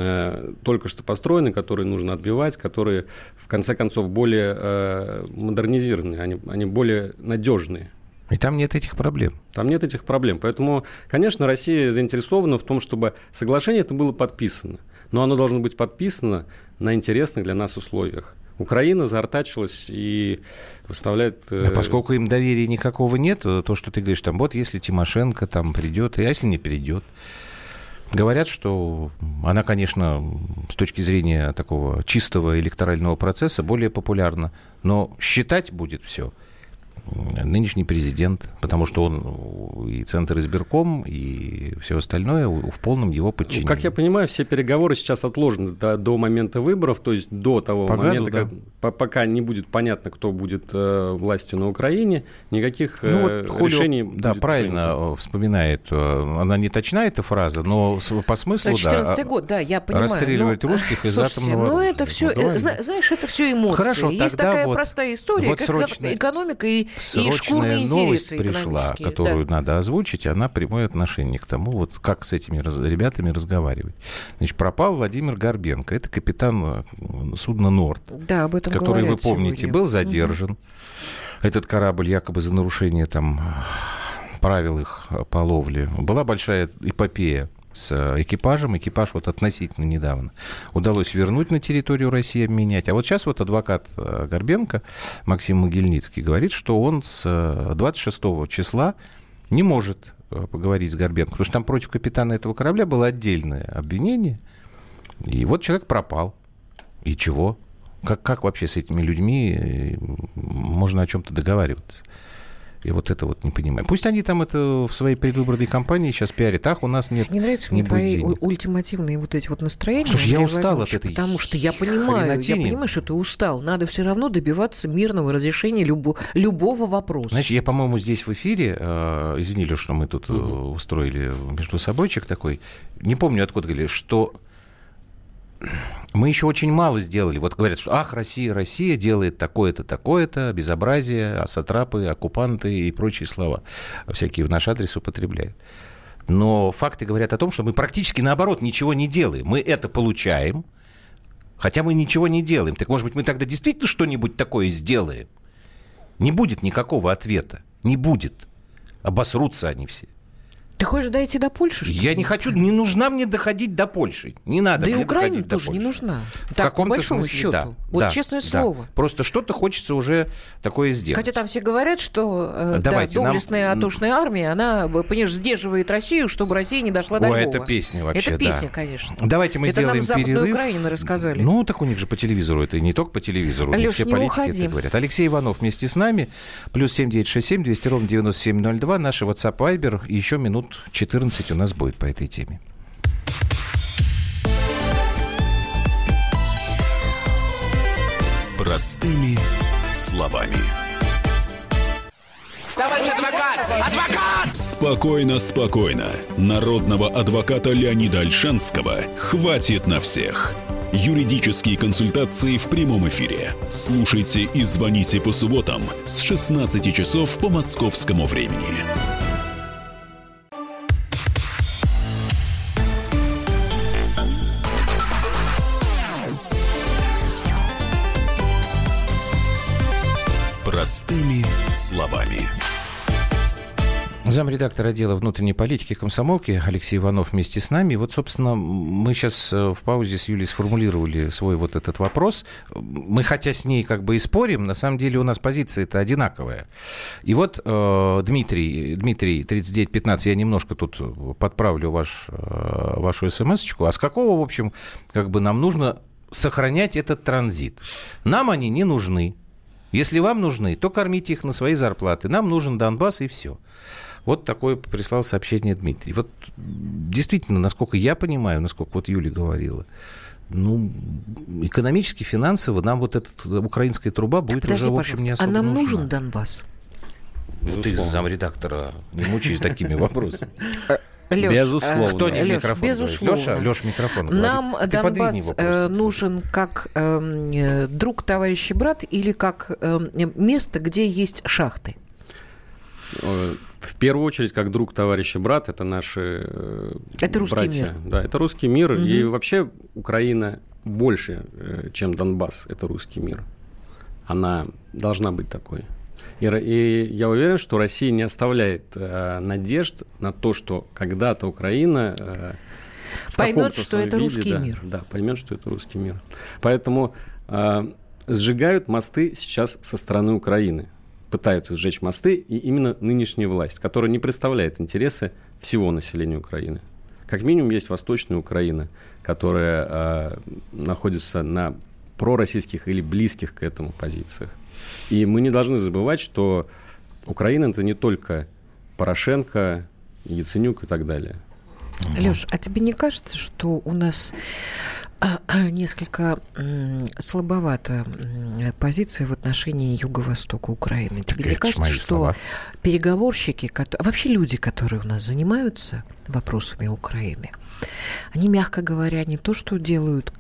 э, только что построены, которые нужно отбивать, которые, в конце концов, более э, модернизированные, они, они более надежные. И там нет этих проблем. Там нет этих проблем. Поэтому, конечно, Россия заинтересована в том, чтобы соглашение это было подписано. Но оно должно быть подписано на интересных для нас условиях. Украина заортачилась и выставляет... А поскольку им доверия никакого нет, то, что ты говоришь, там, вот если Тимошенко там придет, а если не придет, говорят, что она, конечно, с точки зрения такого чистого электорального процесса более популярна, но считать будет все нынешний президент, потому что он и Центр избирком, и все остальное в полном его подчинении. Как я понимаю, все переговоры сейчас отложены до, до момента выборов, то есть до того По момента, газу, да. как, пока не будет понятно, кто будет э, властью на Украине, никаких э, ну, вот решений... Хулио, да, правильно принято. Вспоминает, она не точна, эта фраза, но по смыслу, да. четырнадцатый год, да, я понимаю. Расстреливать но, русских из слушайте, атомного ну оружия. это все, ну, знаешь, это все эмоции. Хорошо, есть такая вот, простая история, вот как срочная, экономика и срочная новость пришла, которую да. надо озвучить, она прямое отношение к тому, вот как с этими раз, ребятами разговаривать. Значит, пропал Владимир Горбенко, это капитан судна «Норд», да, об этом который, вы помните, сегодня. был задержан. Угу. Этот корабль якобы за нарушение там правил их по ловле. Была большая эпопея с экипажем. Экипаж вот относительно недавно удалось вернуть на территорию России, обменять. А вот сейчас вот адвокат Горбенко Максим Могильницкий говорит, что он с двадцать шестого числа не может поговорить с Горбенко, потому что там против капитана этого корабля было отдельное обвинение. И вот человек пропал. И чего? Как, как вообще с этими людьми можно о чем-то договариваться? И вот это вот не понимаю. Пусть они там это в своей предвыборной кампании сейчас пиарят. Ах, у нас нет... Не нравятся мне твои денег. Ультимативные вот эти вот настроения. Слушай, я устал от этой Потому что я понимаю, я понимаю, что ты устал. Надо все равно добиваться мирного разрешения любо, любого вопроса. Значит, я, по-моему, здесь в эфире, э, извини, Леш, что мы тут угу. э, устроили между собойчик такой, не помню, откуда говорили, что... Мы еще очень мало сделали. Вот говорят, что ах, Россия, Россия делает такое-то, такое-то, безобразие, сатрапы, оккупанты и прочие слова всякие в наш адрес употребляют. Но факты говорят о том, что мы практически наоборот ничего не делаем. Мы это получаем, хотя мы ничего не делаем. Так, может быть, мы тогда действительно что-нибудь такое сделаем? Не будет никакого ответа. Не будет. Обосрутся они все. Ты хочешь дойти до Польши? Что Я ли? не хочу, не нужна мне доходить до Польши. Не надо да мне и Украина доходить тоже до Польши. не нужна. В так, каком-то по большому смысле, счету. да. Вот да, честное да. слово. Просто что-то хочется уже такое сделать. Хотя там все говорят, что э, да, доблестная нам... атошная армия, она, понимаешь, сдерживает Россию, чтобы Россия не дошла до О, Львова. это песня вообще, Это песня, да. конечно. Давайте мы это сделаем нам Западной перерыв. Украине рассказали. Ну, так у них же по телевизору, это и не только по телевизору, Леш, все не политики уходи. это говорят. Алексей Иванов вместе с нами, плюс семь девять шесть семь двести ровно девяносто семь ноль два, наш WhatsApp Viber, и еще минут четырнадцать у нас будет по этой теме. Простыми словами. Товарищ адвокат! Адвокат! Спокойно, спокойно. Народного адвоката Леонида Ольшанского хватит на всех. Юридические консультации в прямом эфире. Слушайте и звоните по субботам с шестнадцати часов по московскому времени. Простыми словами. Замредактор отдела внутренней политики комсомолки Алексей Иванов вместе с нами. Вот, собственно, мы сейчас в паузе с Юлей сформулировали свой вот этот вопрос. Мы, хотя с ней как бы и спорим, на самом деле у нас позиция-то одинаковая. И вот э, Дмитрий, Дмитрий, тридцать девять пятнадцать, я немножко тут подправлю ваш, э, вашу смс-очку. А с какого, в общем, как бы нам нужно сохранять этот транзит? Нам они не нужны. Если вам нужны, то кормите их на свои зарплаты. Нам нужен Донбасс, и все. Вот такое прислал сообщение Дмитрий. Вот действительно, насколько я понимаю, насколько вот Юля говорила, ну, экономически, финансово нам вот эта украинская труба будет Подожди, уже, в общем, не особо нужна. А нам нужна. нужен Донбасс? Ну, ты замредактора не мучайся такими вопросами. Леш, безусловно. Кто не Леш, микрофон безусловно. Леша, Леш, микрофон Нам говорит. Ты Донбасс э, нужен как э, друг, товарищ и брат или как э, место, где есть шахты? В первую очередь, как друг, товарищ и брат, это наши это русский братья. мир. Да, это русский мир. Угу. И вообще Украина больше, чем Донбасс, это русский мир. Она должна быть такой. И, и я уверен, что Россия не оставляет э, надежд на то, что когда-то Украина э, поймет, что это виде, русский да, мир. Да, поймет, что это русский мир. Поэтому э, сжигают мосты сейчас со стороны Украины. Пытаются сжечь мосты, и именно нынешняя власть, которая не представляет интересы всего населения Украины. Как минимум есть Восточная Украина, которая э, находится на пророссийских или близких к этому позициях. И мы не должны забывать, что Украина – это не только Порошенко, Яценюк и так далее. Леш, а тебе не кажется, что у нас несколько слабовата позиция в отношении юго-востока Украины? Тебе так не кажется, что слова. переговорщики, которые, вообще люди, которые у нас занимаются вопросами Украины, они, мягко говоря, не то, что делают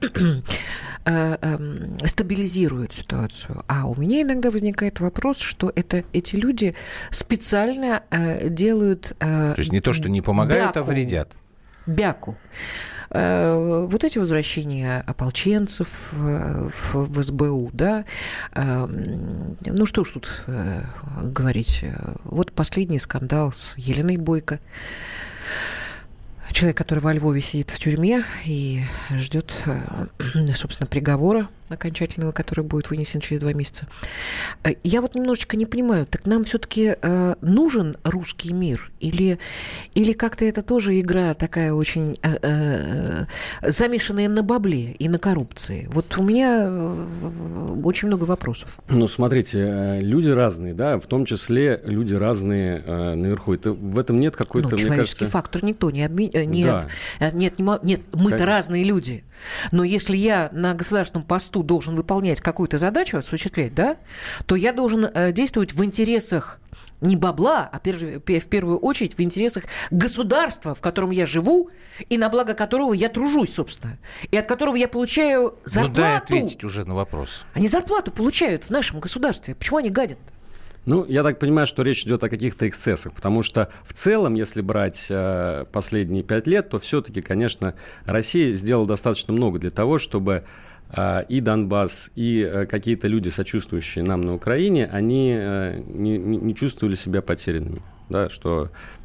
стабилизируют ситуацию. А у меня иногда возникает вопрос, что это эти люди специально э, делают... Э, то есть не то, что не помогают, бяку, а вредят. Бяку. Э, вот эти возвращения ополченцев э, в, в СБУ, да, э, ну что ж тут э, говорить. Вот последний скандал с Еленой Бойко. Человек, который во Львове сидит в тюрьме и ждет, собственно, приговора окончательного, который будет вынесен через два месяца. Я вот немножечко не понимаю, так нам все-таки э, нужен русский мир? Или, или как-то это тоже игра такая очень э, э, замешанная на бабле и на коррупции? Вот у меня э, очень много вопросов. Ну, смотрите, люди разные, да, в том числе люди разные э, наверху. Это, в этом нет какой-то, ну, мне человеческий кажется... фактор никто не обменяет. Да. Нет, нет, не, нет, мы-то Конечно. разные люди. Но если я на государственном посту должен выполнять какую-то задачу, осуществлять, да, то я должен э, действовать в интересах не бабла, а перв, в первую очередь в интересах государства, в котором я живу, и на благо которого я тружусь, собственно, и от которого я получаю зарплату. Ну дай ответить уже на вопрос. Они зарплату получают в нашем государстве. Почему они гадят? Ну, я так понимаю, что речь идет о каких-то эксцессах, потому что в целом, если брать э, последние пять лет, то все-таки, конечно, Россия сделала достаточно много для того, чтобы э, и Донбасс, и э, какие-то люди, сочувствующие нам на Украине, они э, не, не чувствовали себя потерянными. Да, что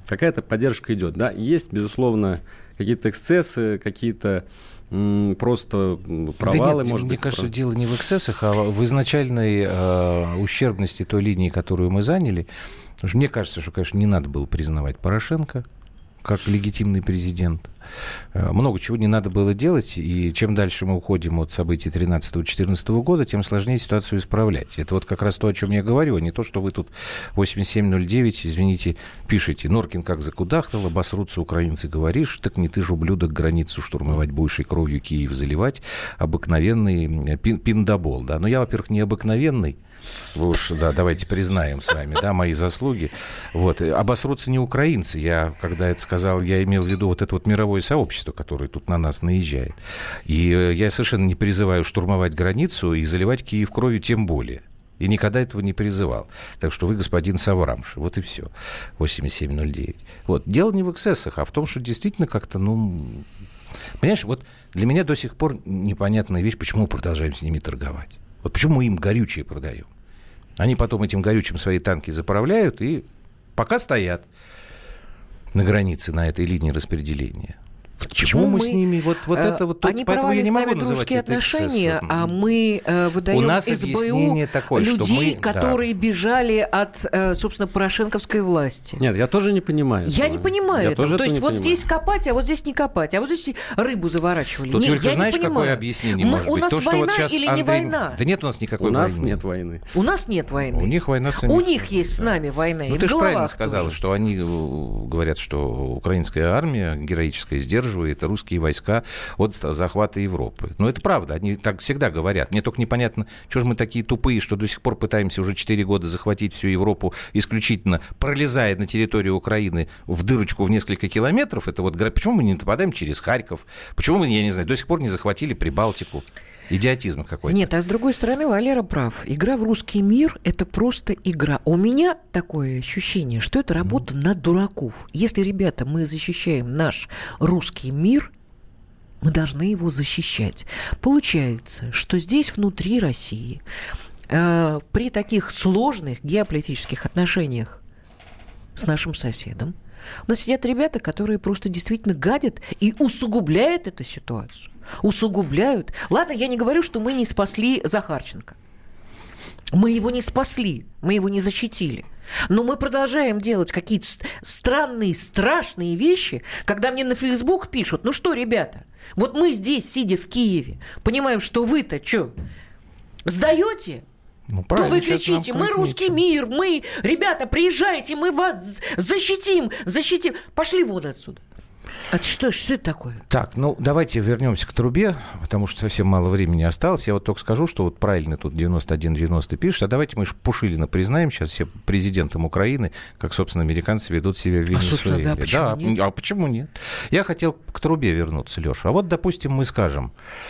какая-то поддержка идет. Да, есть, безусловно, какие-то эксцессы, какие-то м, просто провалы, да нет, может мне быть. кажется, дело не в эксцессах, а в изначальной э, ущербности той линии, которую мы заняли. Потому что мне кажется, что, конечно, не надо было признавать Порошенко как легитимный президент. Много чего не надо было делать, и чем дальше мы уходим от событий тринадцатого-четырнадцатого года, тем сложнее ситуацию исправлять. Это вот как раз то, о чем я говорю, а не то, что вы тут восемьдесят семь ноль девять, извините, пишете. Норкин как закудахтал, обосрутся украинцы, говоришь, так не ты ж, ублюдок, границу штурмовать, будешь и кровью Киев заливать. Обыкновенный пин, пиндобол, да. Но я, во-первых, не обыкновенный. Вы уж, да, давайте признаем с вами, да, мои заслуги. Вот. Обосрутся не украинцы. Я, когда это сказал, я имел в виду вот это вот мировое сообщество, которое тут на нас наезжает. И я совершенно не призываю штурмовать границу и заливать Киев кровью тем более. И никогда этого не призывал. Так что вы, господин Саврамш. Вот и все. восемьдесят семь ноль девять. Вот. Дело не в эксцессах, а в том, что действительно как-то, ну... Понимаешь, вот для меня до сих пор непонятная вещь, почему мы продолжаем с ними торговать. Вот почему мы им горючее продаем. Они потом этим горючим свои танки заправляют и пока стоят на границе, на этой линии распределения. Почему мы, мы с ними... Вот, вот э, это вот... Они порвали с нами дружеские отношения, а мы э, выдаем СБУ такое, людей, мы, которые да. бежали от, э, собственно, порошенковской власти. Нет, я тоже не понимаю. Я не понимаю я этого. Тоже То есть не вот понимаю. Здесь копать, а вот здесь не копать, а вот здесь рыбу заворачивали. Тут, Нет, Юлька, я знаешь, не понимаю. какое объяснение мы, может у быть? нас То, что война вот сейчас или Андрей... не война? Да нет у нас никакой у войны. У нас нет войны. У нас нет войны. У них война самих. У них есть с нами война. Ну, ты же правильно сказала, что они говорят, что украинская армия героическая сдерживает русские войска от захвата Европы. Но это правда, они так всегда говорят. Мне только непонятно, что же мы такие тупые, что до сих пор пытаемся уже четыре года захватить всю Европу, исключительно пролезая на территорию Украины в дырочку в несколько километров. Это вот почему мы не нападаем через Харьков? Почему мы, я не знаю, до сих пор не захватили Прибалтику? Идиотизм какой-то. Нет, а с другой стороны, Валера прав. Игра в русский мир – это просто игра. У меня такое ощущение, что это работа mm. на дураков. Если, ребята, мы защищаем наш русский мир, мы должны его защищать. Получается, что здесь, внутри России, э, при таких сложных геополитических отношениях с нашим соседом, у нас сидят ребята, которые просто действительно гадят и усугубляют эту ситуацию. Усугубляют. Ладно, я не говорю, что мы не спасли Захарченко. Мы его не спасли, мы его не защитили. Но мы продолжаем делать какие-то странные, страшные вещи, когда мне на Facebook пишут: ну что, ребята, вот мы здесь, сидя в Киеве, понимаем, что вы-то что, сдаете? Ну, то вы кричите: мы русский мир, мы, ребята, приезжайте, мы вас защитим, защитим. Пошли вон отсюда. А что, что это такое? Так, ну, давайте вернемся к трубе, потому что совсем мало времени осталось. Я вот только скажу, что вот правильно тут девяносто один девяносто пишет, а давайте мы Пушилина признаем сейчас все президентом Украины, как, собственно, американцы ведут себя в Венесуэле. А, да, почему да, нет? А почему нет? Я хотел к трубе вернуться, Леша. А вот, допустим, мы скажем,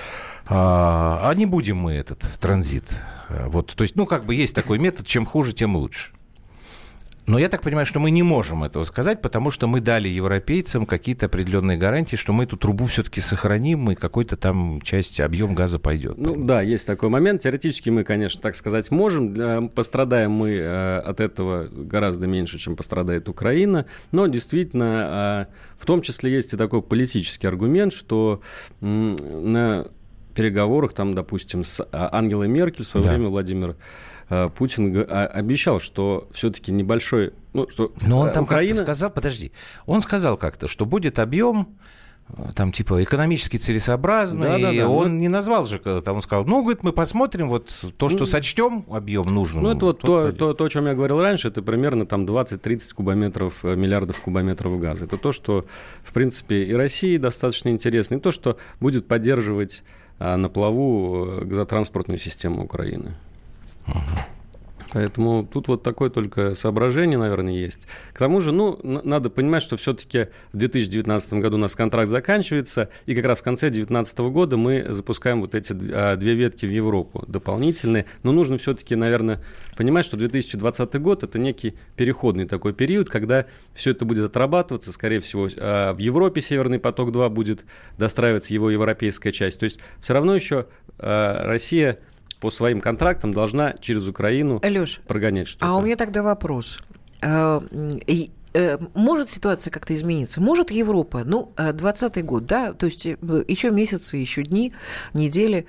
а, а не будем мы этот транзит. Вот, то есть, ну, как бы есть такой метод, чем хуже, тем лучше. Но я так понимаю, что мы не можем этого сказать, потому что мы дали европейцам какие-то определенные гарантии, что мы эту трубу все-таки сохраним, и какой-то там часть, объем газа пойдет. Ну да, есть такой момент. Теоретически мы, конечно, так сказать, можем. Пострадаем мы э, от этого гораздо меньше, чем пострадает Украина. Но действительно, э, в том числе есть и такой политический аргумент, что э, на переговорах, там, допустим, с Ангелой Меркель в свое да. время Владимир Путин обещал, что все-таки небольшой... Ну, что Но он там Украина... как-то сказал... Подожди. Он сказал как-то, что будет объем там типа экономически целесообразный. Да, да, да. Он ну, не назвал же, там он сказал, ну, говорит, мы посмотрим, вот то, что ну, сочтем объем нужным. Ну, это вот то, то, то, о чем я говорил раньше, это примерно там двадцать-тридцать кубометров, миллиардов кубометров газа. Это то, что, в принципе, и России достаточно интересно, и то, что будет поддерживать а, на плаву газотранспортную систему Украины. Ага. Поэтому тут вот такое только соображение, наверное, есть. К тому же, ну, надо понимать, что все-таки в две тысячи девятнадцатом году у нас контракт заканчивается, и как раз в конце две тысячи девятнадцатого года мы запускаем вот эти две ветки в Европу дополнительные. Но нужно все-таки, наверное, понимать, что две тысячи двадцатый год – это некий переходный такой период, когда все это будет отрабатываться, скорее всего, в Европе Северный поток-два будет достраиваться, его европейская часть. То есть все равно еще Россия по своим контрактам должна через Украину Леш, прогонять что-то. А у меня тогда вопрос. может ситуация как-то измениться? Может Европа? Ну, двадцатый год, да, то есть еще месяцы, еще дни, недели.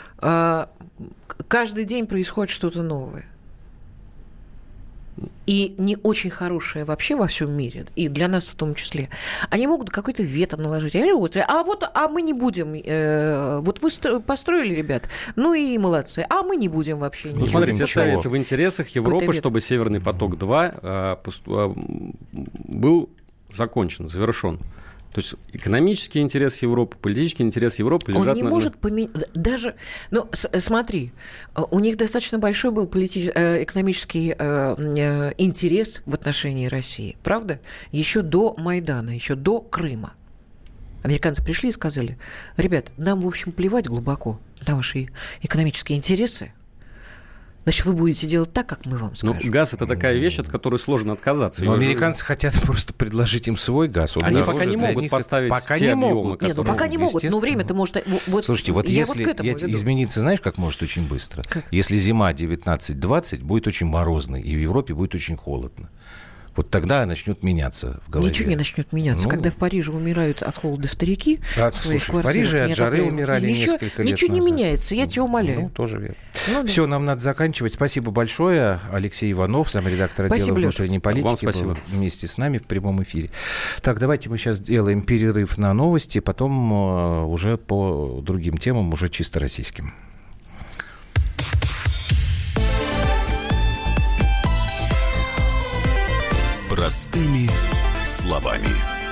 Каждый день происходит что-то новое. И не очень хорошее вообще во всем мире, и для нас в том числе. Они могут какой-то вето наложить. Они могут сказать, а вот а мы не будем. Э, вот вы построили, ребят, ну и молодцы. А мы не будем вообще. Ну, смотрите, это, это в интересах Европы, чтобы Северный поток-два э, э, был закончен, завершен. То есть экономический интерес Европы, политический интерес Европы лежат... Он не на... может поменять... Даже... Ну, с- смотри, у них достаточно большой был политич... экономический интерес в отношении России, правда? Еще до Майдана, еще до Крыма. Американцы пришли и сказали, ребят, нам, в общем, плевать глубоко на ваши экономические интересы. Значит, вы будете делать так, как мы вам скажем. Ну, газ – это такая вещь, от которой сложно отказаться. Но американцы же... хотят просто предложить им свой газ. Они газ пока не могут поставить пока те не объемы, могут. Которые... Нет, ну пока не могут, но время-то может... Вот, слушайте, вот если вот измениться, знаешь, как может очень быстро? Как? Если зима девятнадцать двадцать будет очень морозной, и в Европе будет очень холодно. Вот тогда начнет меняться в голове. Ничего не начнет меняться. Ну, когда в Париже умирают от холода старики, да, в слушай, в Париже от жары умирали ничего, несколько лет ничего назад. Не меняется, я тебя умоляю. Ну, тоже верно. Ну, все, да. нам надо заканчивать. Спасибо большое. Алексей Иванов, замредактор отдела внутренней политики, был вместе с нами в прямом эфире. Так, давайте мы сейчас сделаем перерыв на новости, потом uh, уже по другим темам, уже чисто российским. Простыми словами.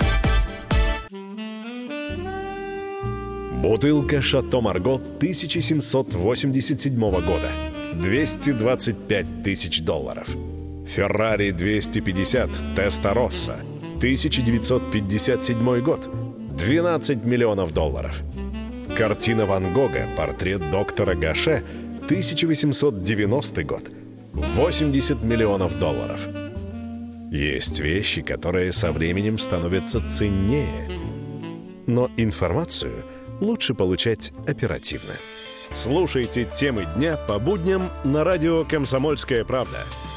Бутылка «Шато Марго» тысяча семьсот восемьдесят седьмого года. двести двадцать пять тысяч долларов. «Феррари двести пятьдесят» «Теста-Росса» тысяча девятьсот пятьдесят седьмой год. двенадцать миллионов долларов. Картина Ван Гога «Портрет доктора Гаше» тысяча восемьсот девяностый год. восемьдесят миллионов долларов. Есть вещи, которые со временем становятся ценнее. Но информацию лучше получать оперативно. Слушайте темы дня по будням на радио «Комсомольская правда».